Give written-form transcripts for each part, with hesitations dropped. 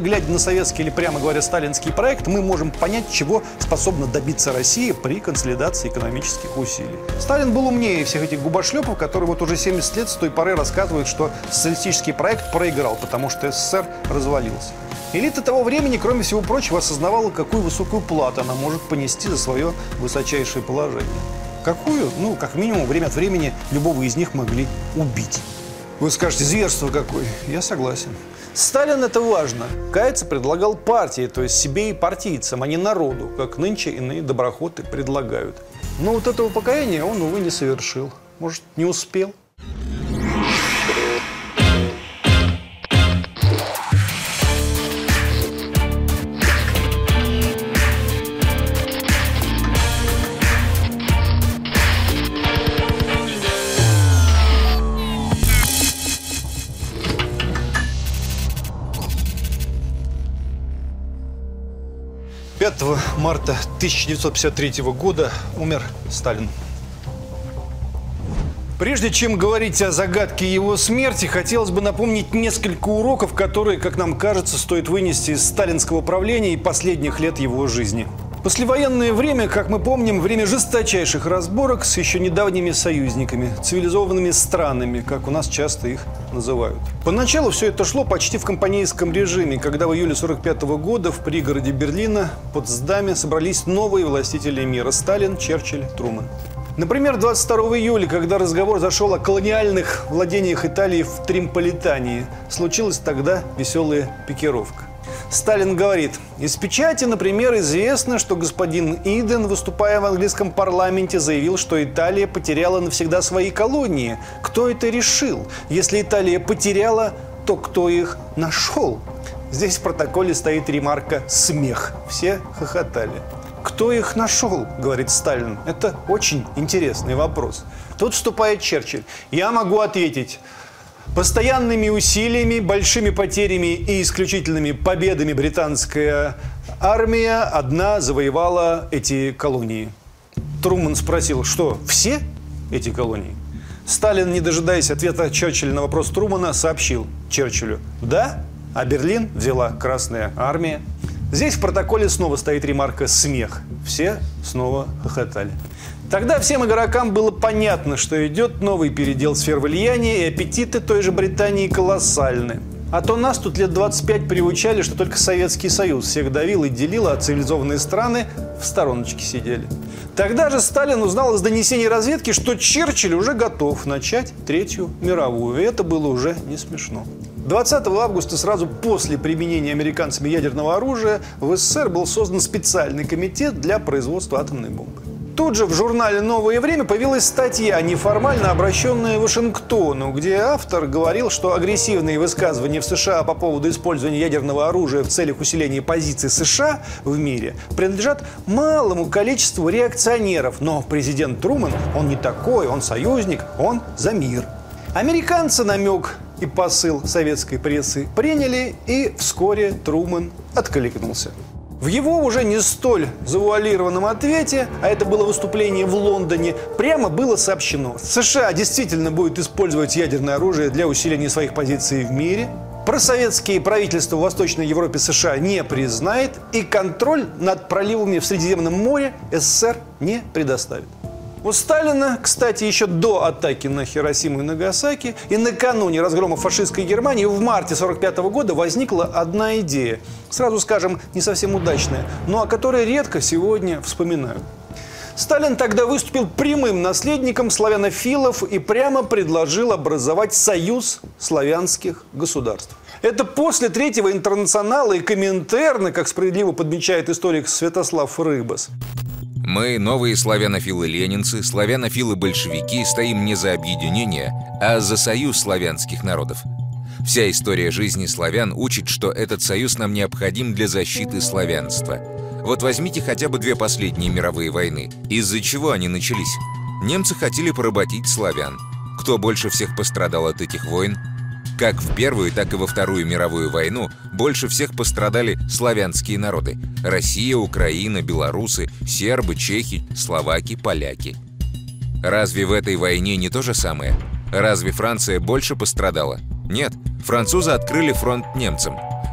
глядя на советский или, прямо говоря, сталинский проект, мы можем понять, чего способна добиться Россия при консолидации экономических усилий. Сталин был умнее всех этих губошлепов, которые вот уже 70 лет с той поры рассказывают, что социалистический проект проиграл, потому что СССР развалился. Элита того времени, кроме всего прочего, осознавала, какую высокую плату она может понести за свое высочайшее положение. Какую? Ну, как минимум, время от времени любого из них могли убить. Вы скажете, зверство какое? Я согласен. Сталин это важно. Каяться предлагал партии, то есть себе и партийцам, а не народу, как нынче иные доброхоты предлагают. Но вот этого покаяния он, увы, не совершил. Может, не успел? Марта 1953 года умер Сталин. Прежде чем говорить о загадке его смерти, хотелось бы напомнить несколько уроков, которые, как нам кажется, стоит вынести из сталинского правления и последних лет его жизни. Послевоенное время, как мы помним, время жесточайших разборок с еще недавними союзниками, цивилизованными странами, как у нас часто их называют. Поначалу все это шло почти в компанейском режиме, когда в июле 1945 года в пригороде Берлина, Потсдаме, собрались новые властители мира – Сталин, Черчилль, Трумэн. Например, 22 июля, когда разговор зашел о колониальных владениях Италии в Тримполитании, случилась тогда веселая пикировка. Сталин говорит: из печати, например, известно, что господин Иден, выступая в английском парламенте, заявил, что Италия потеряла навсегда свои колонии. Кто это решил? Если Италия потеряла, то кто их нашел? Здесь в протоколе стоит ремарка «смех». Все хохотали. Кто их нашел, говорит Сталин. Это очень интересный вопрос. Тут вступает Черчилль. Я могу ответить. Постоянными усилиями, большими потерями и исключительными победами британская армия одна завоевала эти колонии. Трумэн спросил, что все эти колонии? Сталин, не дожидаясь ответа Черчилля на вопрос Трумэна, сообщил Черчиллю: да, а Берлин взяла Красная армия. Здесь в протоколе снова стоит ремарка «смех». Все снова хохотали. Тогда всем игрокам было понятно, что идет новый передел сфер влияния, и аппетиты той же Британии колоссальны. А то нас тут лет 25 приучали, что только Советский Союз всех давил и делил, а цивилизованные страны в стороночке сидели. Тогда же Сталин узнал из донесений разведки, что Черчилль уже готов начать Третью мировую, и это было уже не смешно. 20 августа, сразу после применения американцами ядерного оружия, в СССР был создан специальный комитет для производства атомной бомбы. Тут же в журнале «Новое время» появилась статья, неформально обращенная Вашингтону, где автор говорил, что агрессивные высказывания в США по поводу использования ядерного оружия в целях усиления позиций США в мире принадлежат малому количеству реакционеров. Но президент Трумэн, он не такой, он союзник, он за мир. Американцы намек и посыл советской прессы приняли, и вскоре Трумэн откликнулся. В его уже не столь завуалированном ответе, а это было выступление в Лондоне, прямо было сообщено: США действительно будет использовать ядерное оружие для усиления своих позиций в мире, просоветские правительства в Восточной Европе США не признает, и контроль над проливами в Средиземном море СССР не предоставит. У Сталина, кстати, еще до атаки на Хиросиму и Нагасаки и накануне разгрома фашистской Германии в марте 1945 года возникла одна идея. Сразу скажем, не совсем удачная, но о которой редко сегодня вспоминают. Сталин тогда выступил прямым наследником славянофилов и прямо предложил образовать союз славянских государств. Это после Третьего интернационала и Коминтерна, как справедливо подмечает историк Святослав Рыбас. Мы, новые славянофилы-ленинцы, славянофилы-большевики, стоим не за объединение, а за союз славянских народов. Вся история жизни славян учит, что этот союз нам необходим для защиты славянства. Вот возьмите хотя бы две последние мировые войны. Из-за чего они начались? Немцы хотели поработить славян. Кто больше всех пострадал от этих войн? Как в Первую, так и во Вторую мировую войну больше всех пострадали славянские народы. Россия, Украина, белорусы, сербы, чехи, словаки, поляки. Разве в этой войне не то же самое? Разве Франция больше пострадала? Нет, французы открыли фронт немцам.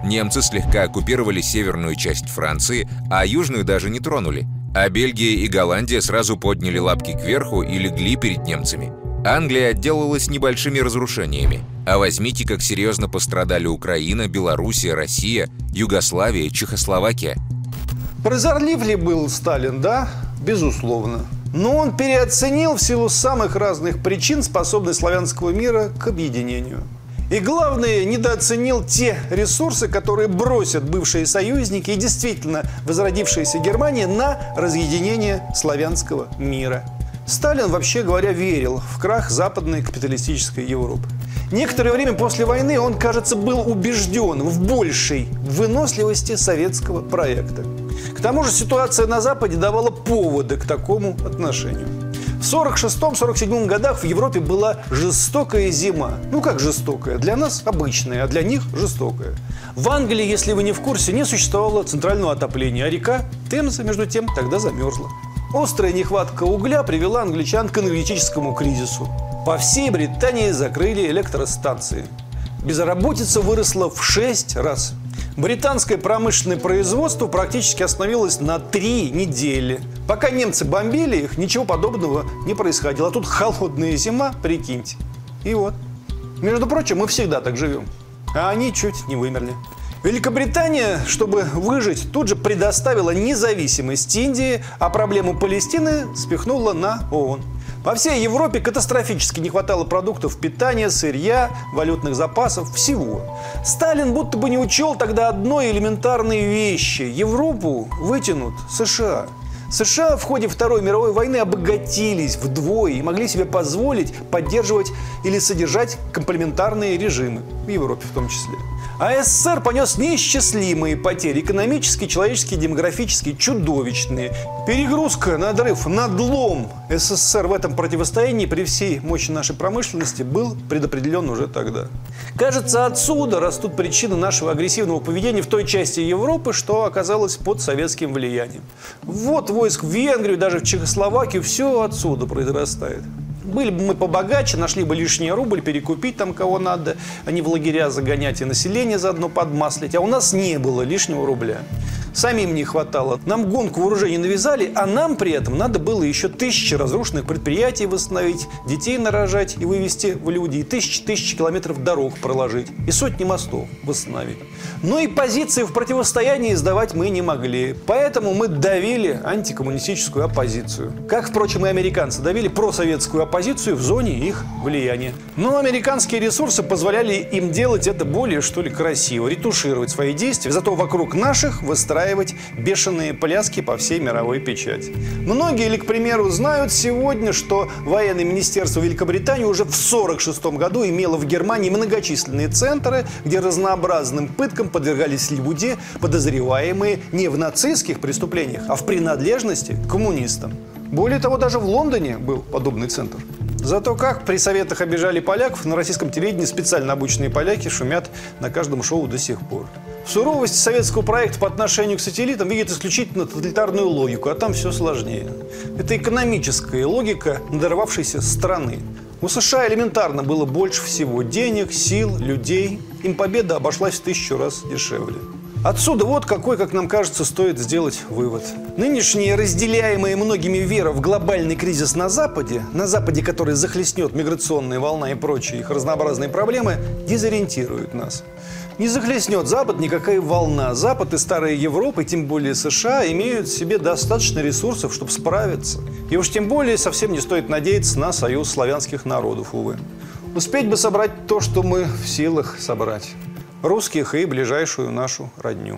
Немцы слегка оккупировали северную часть Франции, а южную даже не тронули. А Бельгия и Голландия сразу подняли лапки кверху и легли перед немцами. Англия отделалась небольшими разрушениями. А возьмите, как серьезно пострадали Украина, Белоруссия, Россия, Югославия, Чехословакия. Прозорлив ли был Сталин, да? Безусловно. Но он переоценил в силу самых разных причин способность славянского мира к объединению. И главное, недооценил те ресурсы, которые бросят бывшие союзники и действительно возродившаяся Германия на разъединение славянского мира. Сталин, вообще говоря, верил в крах западной капиталистической Европы. Некоторое время после войны он, кажется, был убежден в большей выносливости советского проекта. К тому же ситуация на Западе давала поводы к такому отношению. В 1946-1947 годах в Европе была жестокая зима. Ну как жестокая? Для нас обычная, а для них жестокая. В Англии, если вы не в курсе, не существовало центрального отопления, а река Темза, между тем, тогда замерзла. Острая нехватка угля привела англичан к энергетическому кризису. По всей Британии закрыли электростанции. Безработица выросла в 6 раз. Британское промышленное производство практически остановилось на 3 недели. Пока немцы бомбили их, ничего подобного не происходило. А тут холодная зима, прикиньте. И вот. Между прочим, мы всегда так живем. А они чуть не вымерли. Великобритания, чтобы выжить, тут же предоставила независимость Индии, а проблему Палестины спихнула на ООН. По всей Европе катастрофически не хватало продуктов питания, сырья, валютных запасов, всего. Сталин будто бы не учел тогда одной элементарной вещи. Европу вытянут США. США в ходе Второй мировой войны обогатились вдвое и могли себе позволить поддерживать или содержать комплементарные режимы, в Европе в том числе. А СССР понес неисчислимые потери, экономические, человеческие, демографические, чудовищные. Перегрузка, надрыв, надлом СССР в этом противостоянии при всей мощи нашей промышленности был предопределен уже тогда. Кажется, отсюда растут причины нашего агрессивного поведения в той части Европы, что оказалось под советским влиянием. Вот войск в Венгрию, даже в Чехословакию, все отсюда произрастает. Были бы мы побогаче, нашли бы лишний рубль, перекупить там кого надо, а не в лагеря загонять и население заодно подмаслить. А у нас не было лишнего рубля. Самим не хватало. Нам гонку вооружений навязали, а нам при этом надо было еще 1000 разрушенных предприятий восстановить, детей нарожать и вывести в люди, и тысячи километров дорог проложить, и сотни мостов восстановить. Но и позиции в противостоянии сдавать мы не могли. Поэтому мы давили антикоммунистическую оппозицию. Как, впрочем, и американцы давили просоветскую оппозицию в зоне их влияния. Но американские ресурсы позволяли им делать это более, что ли, красиво, ретушировать свои действия, зато вокруг наших выстраивать бешеные пляски по всей мировой печати. Многие ли, к примеру, знают сегодня, что военное министерство Великобритании уже в 1946 году имело в Германии многочисленные центры, где разнообразным пыткам подвергались люди, подозреваемые не в нацистских преступлениях, а в принадлежности к коммунистам. Более того, даже в Лондоне был подобный центр. Зато как при советах обижали поляков, на российском телевидении специально обученные поляки шумят на каждом шоу до сих пор. В суровости советского проекта по отношению к сателлитам видят исключительно тоталитарную логику, а там все сложнее. Это экономическая логика надорвавшейся страны. У США элементарно было больше всего денег, сил, людей. Им победа обошлась в 1000 раз дешевле. Отсюда вот какой, как нам кажется, стоит сделать вывод. Нынешняя разделяемая многими вера в глобальный кризис на Западе, который захлестнет миграционная волна и прочие их разнообразные проблемы, дезориентирует нас. Не захлестнет Запад никакая волна. Запад и старая Европа, и тем более США, имеют в себе достаточно ресурсов, чтобы справиться. И уж тем более совсем не стоит надеяться на союз славянских народов, увы. Успеть бы собрать то, что мы в силах собрать. Русских и ближайшую нашу родню.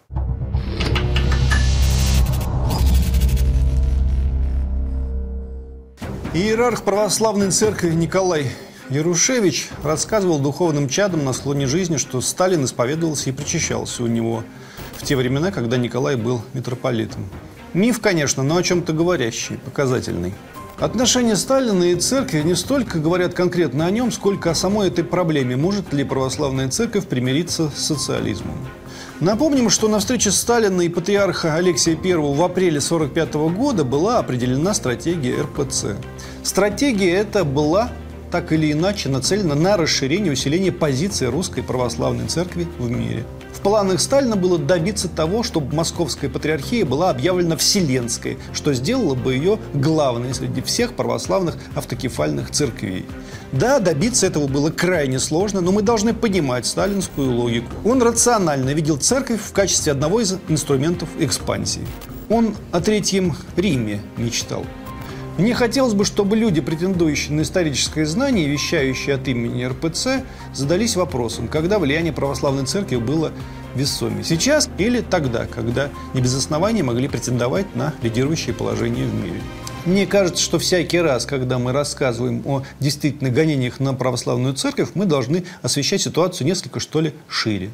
Иерарх православной церкви Николай Ярушевич рассказывал духовным чадам на склоне жизни, что Сталин исповедовался и причащался у него в те времена, когда Николай был митрополитом. Миф, конечно, но о чем-то говорящий, показательный. Отношения Сталина и церкви не столько говорят конкретно о нем, сколько о самой этой проблеме. Может ли православная церковь примириться с социализмом? Напомним, что на встрече Сталина и патриарха Алексия I в апреле 1945 года была определена стратегия РПЦ. Стратегия эта была так или иначе нацелена на расширение и усиление позиции Русской Православной Церкви в мире. В планах Сталина было добиться того, чтобы Московская патриархия была объявлена Вселенской, что сделало бы ее главной среди всех православных автокефальных церквей. Да, добиться этого было крайне сложно, но мы должны понимать сталинскую логику. Он рационально видел церковь в качестве одного из инструментов экспансии. Он о Третьем Риме мечтал. Мне хотелось бы, чтобы люди, претендующие на историческое знание, вещающие от имени РПЦ, задались вопросом, когда влияние православной церкви было весомее. Сейчас или тогда, когда не без основания могли претендовать на лидирующее положение в мире. Мне кажется, что всякий раз, когда мы рассказываем о действительно гонениях на православную церковь, мы должны освещать ситуацию несколько, что ли, шире.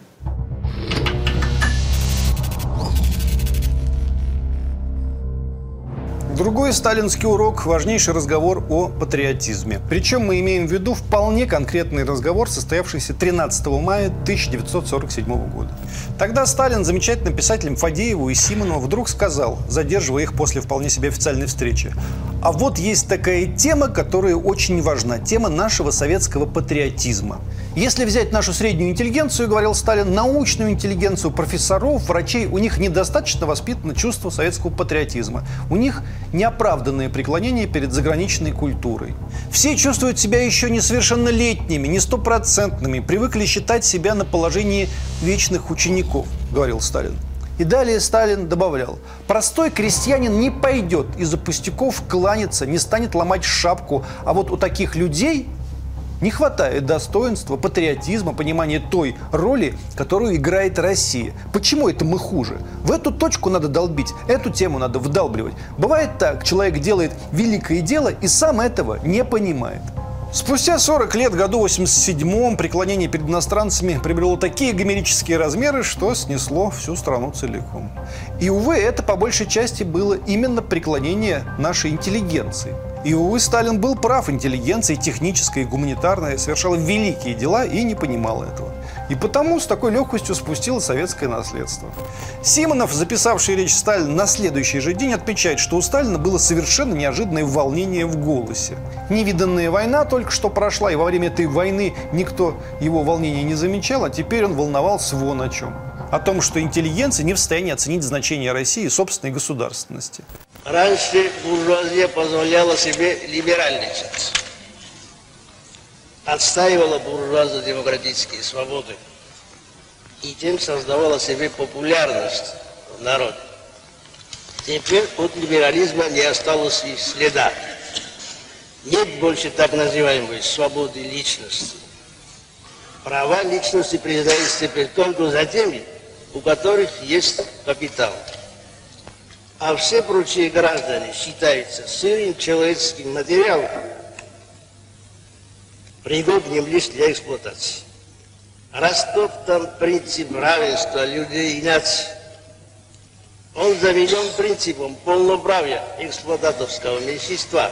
Другой сталинский урок – важнейший разговор о патриотизме. Причем мы имеем в виду вполне конкретный разговор, состоявшийся 13 мая 1947 года. Тогда Сталин замечательным писателям Фадееву и Симонову вдруг сказал, задерживая их после вполне себе официальной встречи: а вот есть такая тема, которая очень важна, тема нашего советского патриотизма. Если взять нашу среднюю интеллигенцию, говорил Сталин, научную интеллигенцию, профессоров, врачей, у них недостаточно воспитано чувство советского патриотизма. У них неоправданное преклонение перед заграничной культурой. Все чувствуют себя еще несовершеннолетними, не стопроцентными, привыкли считать себя на положении вечных учеников, говорил Сталин. И далее Сталин добавлял: простой крестьянин не пойдет из-за пустяков кланяться, не станет ломать шапку, а вот у таких людей не хватает достоинства, патриотизма, понимания той роли, которую играет Россия. Почему это мы хуже? В эту точку надо долбить, эту тему надо вдалбливать. Бывает так, человек делает великое дело и сам этого не понимает. Спустя 40 лет, году 87-м, преклонение перед иностранцами приобрело такие гомерические размеры, что снесло всю страну целиком. И, увы, это по большей части было именно преклонение нашей интеллигенции. И, увы, Сталин был прав, интеллигенция техническая и гуманитарная совершала великие дела и не понимала этого. И потому с такой легкостью спустило советское наследство. Симонов, записавший речь Сталина на следующий же день, отмечает, что у Сталина было совершенно неожиданное волнение в голосе. Невиданная война только что прошла, и во время этой войны никто его волнения не замечал, а теперь он волновался вон о чем. О том, что интеллигенция не в состоянии оценить значение России и собственной государственности. Раньше буржуазия позволяла себе либеральничать. Отстаивала буржуазно-демократические свободы и тем создавала себе популярность в народе. Теперь от либерализма не осталось и следа. Нет больше так называемой свободы личности. Права личности признаются теперь только за теми, у которых есть капитал. А все прочие граждане считаются сырым человеческим материалом, пригодным лишь для эксплуатации. Растоптан принцип равенства людей и наций. Он заменен принципом полноправия эксплуататорского меньшинства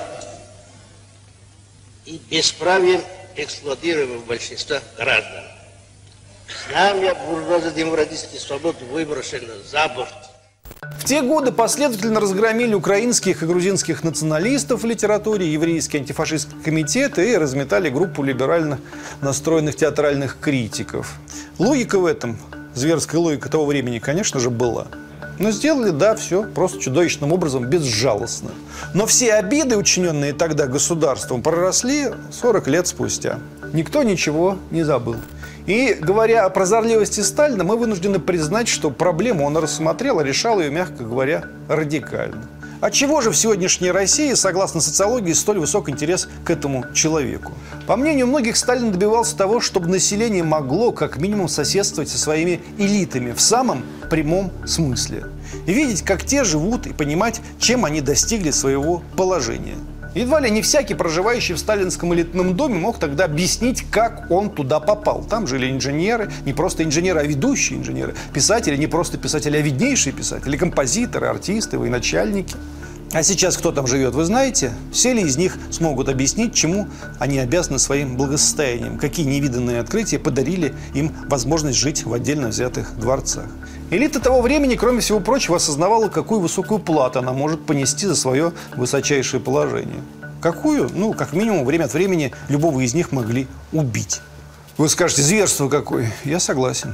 и бесправием эксплуатируемого большинства граждан. Знамя буржуазно-демократических свобод выброшено за борт. В те годы последовательно разгромили украинских и грузинских националистов в литературе, еврейский антифашистский комитет и разметали группу либерально настроенных театральных критиков. Логика в этом, зверская логика того времени, конечно же, была. Но сделали, да, все просто чудовищным образом, безжалостно. Но все обиды, учиненные тогда государством, проросли 40 лет спустя. Никто ничего не забыл. И, говоря о прозорливости Сталина, мы вынуждены признать, что проблему он рассмотрел, а решал ее, мягко говоря, радикально. Отчего же в сегодняшней России, согласно социологии, столь высок интерес к этому человеку? По мнению многих, Сталин добивался того, чтобы население могло, как минимум, соседствовать со своими элитами в самом прямом смысле. И видеть, как те живут, и понимать, чем они достигли своего положения. Едва ли не всякий, проживающий в сталинском элитном доме, мог тогда объяснить, как он туда попал. Там жили инженеры, не просто инженеры, а ведущие инженеры. Писатели, не просто писатели, а виднейшие писатели. Композиторы, артисты, военачальники. А сейчас кто там живет, вы знаете? Все ли из них смогут объяснить, чему они обязаны своим благосостоянием? Какие невиданные открытия подарили им возможность жить в отдельно взятых дворцах? Элита того времени, кроме всего прочего, осознавала, какую высокую плату она может понести за свое высочайшее положение. Какую? Ну, как минимум, время от времени любого из них могли убить. Вы скажете, зверство какое? Я согласен.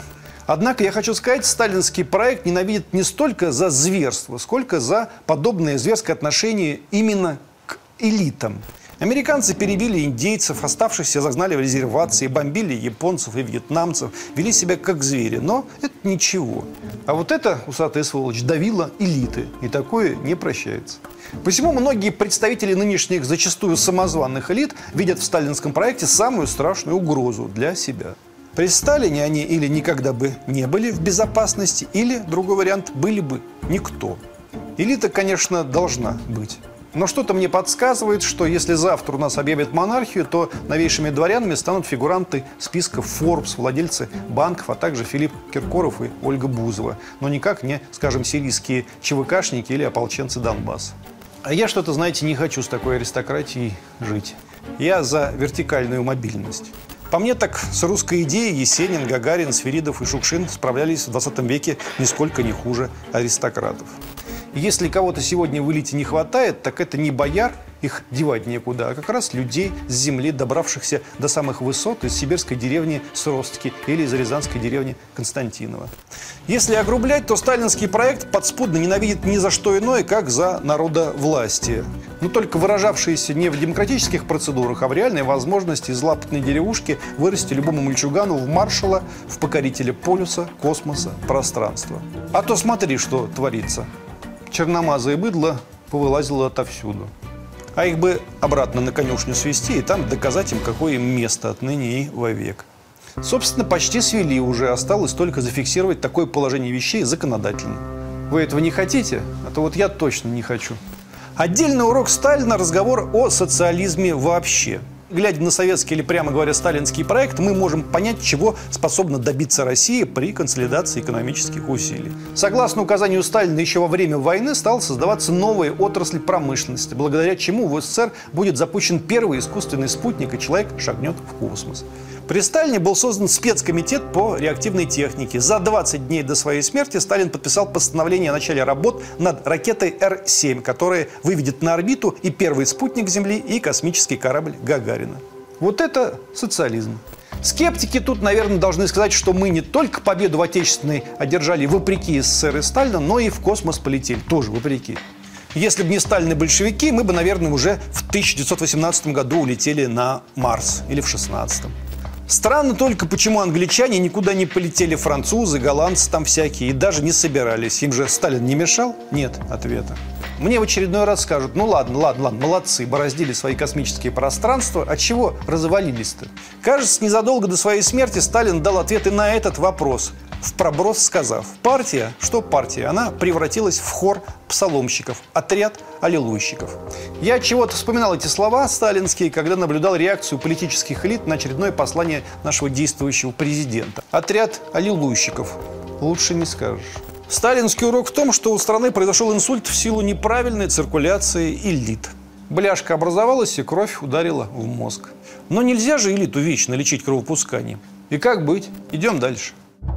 Однако, я хочу сказать, сталинский проект ненавидит не столько за зверство, сколько за подобное зверское отношение именно к элитам. Американцы перебили индейцев, оставшихся загнали в резервации, бомбили японцев и вьетнамцев, вели себя как звери. Но это ничего. А вот эта усатая сволочь давила элиты, и такое не прощается. Посему многие представители нынешних, зачастую самозваных элит, видят в сталинском проекте самую страшную угрозу для себя. При Сталине они или никогда бы не были в безопасности, или, другой вариант, были бы никто. Элита, конечно, должна быть. Но что-то мне подсказывает, что если завтра у нас объявят монархию, то новейшими дворянами станут фигуранты списков Forbes, владельцы банков, а также Филипп Киркоров и Ольга Бузова. Но никак не, скажем, сирийские ЧВКшники или ополченцы Донбасса. А я что-то, знаете, не хочу с такой аристократией жить. Я за вертикальную мобильность. По мне так с русской идеей Есенин, Гагарин, Свиридов и Шукшин справлялись в 20 веке нисколько не хуже аристократов. И если кого-то сегодня в элите не хватает, так это не бояр, их девать некуда, а как раз людей с земли, добравшихся до самых высот из сибирской деревни Сростки или из рязанской деревни Константиново. Если огрублять, то сталинский проект подспудно ненавидит ни за что иное, как за народовластие. Но только выражавшиеся не в демократических процедурах, а в реальной возможности из лапотной деревушки вырасти любому мальчугану в маршала, в покорителя полюса, космоса, пространства. А то смотри, что творится. Черномазое быдло повылазило отовсюду. А их бы обратно на конюшню свести и там доказать им, какое им место отныне и вовек. Собственно, почти свели уже. Осталось только зафиксировать такое положение вещей законодательно. Вы этого не хотите? А то вот я точно не хочу. Отдельный урок Сталина – разговор о социализме вообще. Глядя на советский или, прямо говоря, сталинский проект, мы можем понять, чего способна добиться Россия при консолидации экономических усилий. Согласно указанию Сталина, еще во время войны стала создаваться новая отрасль промышленности, благодаря чему в СССР будет запущен первый искусственный спутник, и человек шагнет в космос. При Сталине был создан спецкомитет по реактивной технике. За 20 дней до своей смерти Сталин подписал постановление о начале работ над ракетой Р-7, которая выведет на орбиту и первый спутник Земли, и космический корабль Гагарина. Вот это социализм. Скептики тут, наверное, должны сказать, что мы не только победу в Отечественной одержали вопреки СССР и Сталину, но и в космос полетели, тоже вопреки. Если бы не Сталин и большевики, мы бы, наверное, уже в 1918 году улетели на Марс или в 1916. Странно только, почему англичане никуда не полетели, французы, голландцы там всякие, и даже не собирались. Им же Сталин не мешал? Нет ответа. Мне в очередной раз скажут: ну ладно, молодцы, бороздили свои космические пространства, а чего развалились-то? Кажется, незадолго до своей смерти Сталин дал ответы на этот вопрос, в проброс сказав: партия, что партия, она превратилась в хор псаломщиков, отряд аллилуйщиков. Я чего-то вспоминал эти слова сталинские, когда наблюдал реакцию политических элит на очередное послание нашего действующего президента. Отряд аллилуйщиков. Лучше не скажешь. Сталинский урок в том, что у страны произошел инсульт в силу неправильной циркуляции элит. Бляшка образовалась, и кровь ударила в мозг. Но нельзя же элиту вечно лечить кровопусканием. И как быть? Идем дальше.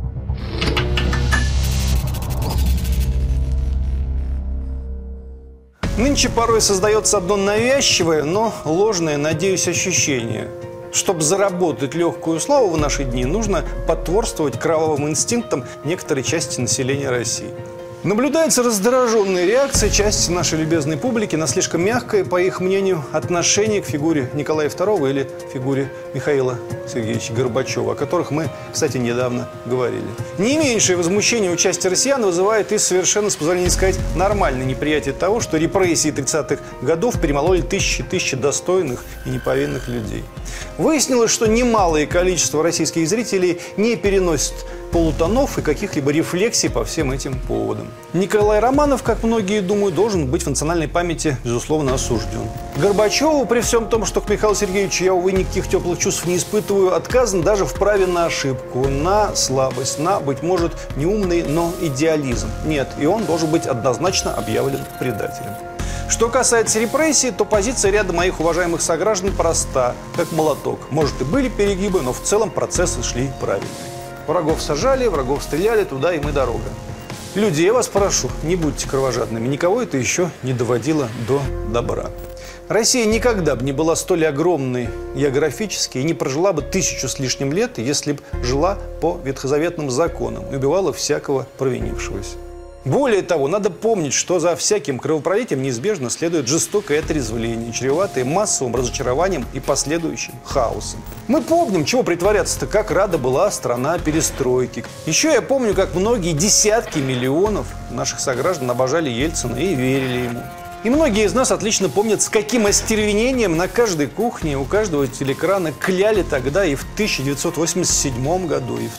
Нынче порой создается одно навязчивое, но ложное, надеюсь, ощущение. Чтобы заработать легкую славу в наши дни, нужно потворствовать кровавым инстинктам некоторой части населения России. Наблюдается раздраженная реакция части нашей любезной публики на слишком мягкое, по их мнению, отношение к фигуре Николая II или фигуре Михаила Сергеевича Горбачева, о которых мы, кстати, недавно говорили. Не меньшее возмущение у части россиян вызывает и совершенно, с позволения сказать, нормальное неприятие того, что репрессии 30-х годов перемололи тысячи достойных и неповинных людей. Выяснилось, что немалое количество российских зрителей не переносит полутонов и каких-либо рефлексий по всем этим поводам. Николай Романов, как многие думают, должен быть в национальной памяти, безусловно, осужден. Горбачеву, при всем том, что к Михаилу Сергеевичу я, увы, никаких теплых чувств не испытываю, отказан даже в праве на ошибку, на слабость, на, быть может, неумный, но идеализм. Нет, и он должен быть однозначно объявлен предателем. Что касается репрессий, то позиция ряда моих уважаемых сограждан проста, как молоток. Может, и были перегибы, но в целом процессы шли правильные. Врагов сажали, врагов стреляли, туда им и дорога. Люди, я вас прошу, не будьте кровожадными, никого это еще не доводило до добра. Россия никогда бы не была столь огромной географически и не прожила бы 1000 с лишним лет, если бы жила по ветхозаветным законам и убивала всякого провинившегося. Более того, надо помнить, что за всяким кровопролитием неизбежно следует жестокое отрезвление, чреватое массовым разочарованием и последующим хаосом. Мы помним, чего притворяться-то, как рада была страна перестройки. Еще я помню, как многие десятки миллионов наших сограждан обожали Ельцина и верили ему. И многие из нас отлично помнят, с каким остервенением на каждой кухне, у каждого телеэкрана кляли тогда и в 1987 году, и в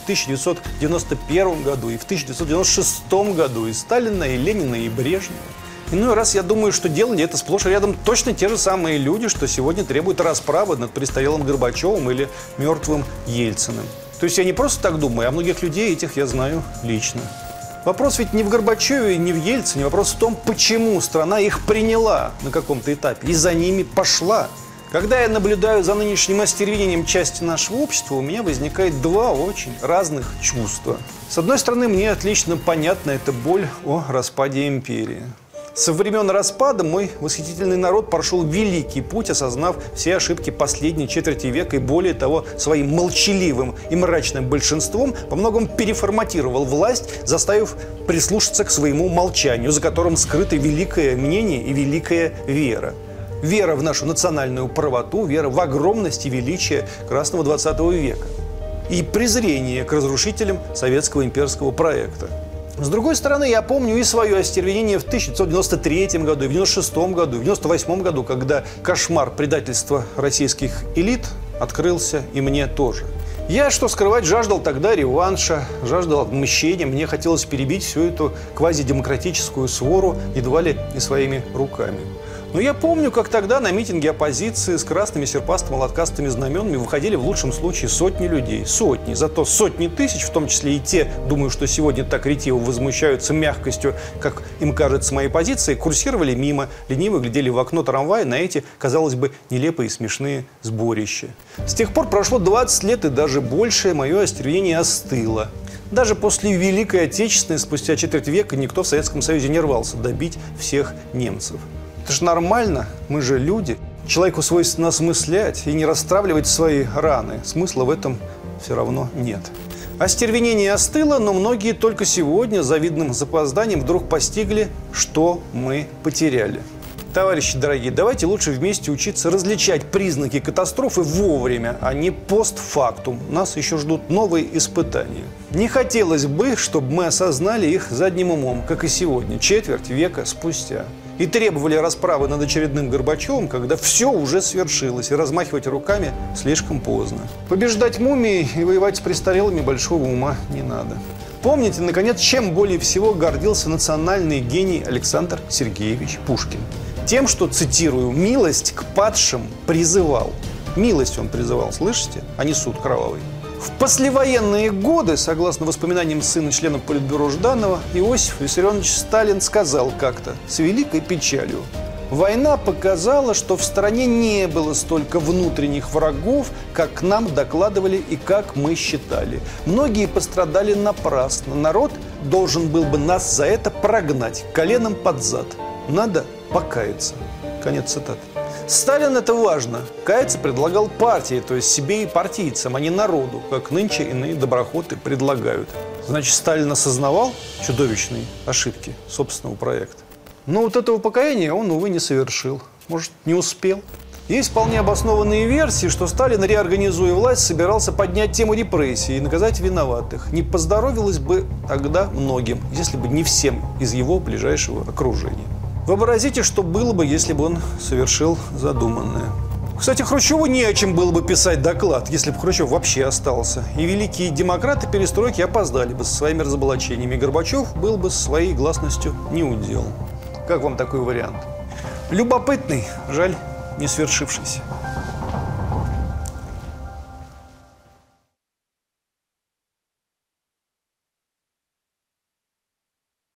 1991 году, и в 1996 году и Сталина, и Ленина, и Брежнева. Иной раз я думаю, что делали это сплошь и рядом точно те же самые люди, что сегодня требуют расправы над престарелым Горбачевым или мертвым Ельциным. То есть я не просто так думаю, а многих людей этих я знаю лично. Вопрос ведь не в Горбачеве, не в Ельцине. Вопрос в том, почему страна их приняла на каком-то этапе и за ними пошла. Когда я наблюдаю за нынешним остервенением части нашего общества, у меня возникает два очень разных чувства. С одной стороны, мне отлично понятна эта боль о распаде империи. Со времен распада мой восхитительный народ прошел великий путь, осознав все ошибки последней четверти века и, более того, своим молчаливым и мрачным большинством по многому переформатировал власть, заставив прислушаться к своему молчанию, за которым скрыто великое мнение и великая вера. Вера в нашу национальную правоту, вера в огромность и величие красного 20 века. И презрение к разрушителям советского имперского проекта. С другой стороны, я помню и свое остервенение в 1993 году, и в 1996 году, и в 1998 году, когда кошмар предательства российских элит открылся и мне тоже. Я, что скрывать, жаждал тогда реванша, жаждал отмщения. Мне хотелось перебить всю эту квазидемократическую свору едва ли не своими руками. Но я помню, как тогда на митинге оппозиции с красными серпасто-молоткастыми знаменами выходили в лучшем случае сотни людей. Сотни. Зато сотни тысяч, в том числе и те, думаю, что сегодня так ретиво возмущаются мягкостью, как им кажется, моей позиции, курсировали мимо, лениво глядели в окно трамвая на эти, казалось бы, нелепые и смешные сборища. С тех пор прошло 20 лет и даже больше, мое остервенение остыло. Даже после Великой Отечественной, спустя четверть века, никто в Советском Союзе не рвался добить всех немцев. Это же нормально, мы же люди. Человеку свойственно осмыслять и не расстравливать свои раны. Смысла в этом все равно нет. Остервенение остыло, но многие только сегодня с завидным запозданием вдруг постигли, что мы потеряли. Товарищи дорогие, давайте лучше вместе учиться различать признаки катастрофы вовремя, а не постфактум. Нас еще ждут новые испытания. Не хотелось бы, чтобы мы осознали их задним умом, как и сегодня, четверть века спустя. И требовали расправы над очередным Горбачевым, когда все уже свершилось, и размахивать руками слишком поздно. Побеждать мумии и воевать с престарелыми большого ума не надо. Помните, наконец, чем более всего гордился национальный гений Александр Сергеевич Пушкин? Тем, что, цитирую, «милость к падшим призывал». Милость он призывал, слышите, а не суд кровавый. В послевоенные годы, согласно воспоминаниям сына члена Политбюро Жданова, Иосиф Виссарионович Сталин сказал как-то с великой печалью: «Война показала, что в стране не было столько внутренних врагов, как нам докладывали и как мы считали. Многие пострадали напрасно. Народ должен был бы нас за это прогнать коленом под зад. Надо покаяться». Конец цитаты. Сталин, это важно, каяться предлагал партии, то есть себе и партийцам, а не народу, как нынче иные доброхоты предлагают. Значит, Сталин осознавал чудовищные ошибки собственного проекта. Но вот этого покаяния он, увы, не совершил. Может, не успел. Есть вполне обоснованные версии, что Сталин, реорганизуя власть, собирался поднять тему репрессий и наказать виноватых. Не поздоровилось бы тогда многим, если бы не всем из его ближайшего окружения. Вообразите, что было бы, если бы он совершил задуманное. Кстати, Хрущеву не о чем было бы писать доклад, если бы Хрущев вообще остался. И великие демократы перестройки опоздали бы со своими разоблачениями. Горбачев был бы со своей гласностью неудел. Как вам такой вариант? Любопытный, жаль, не свершившийся.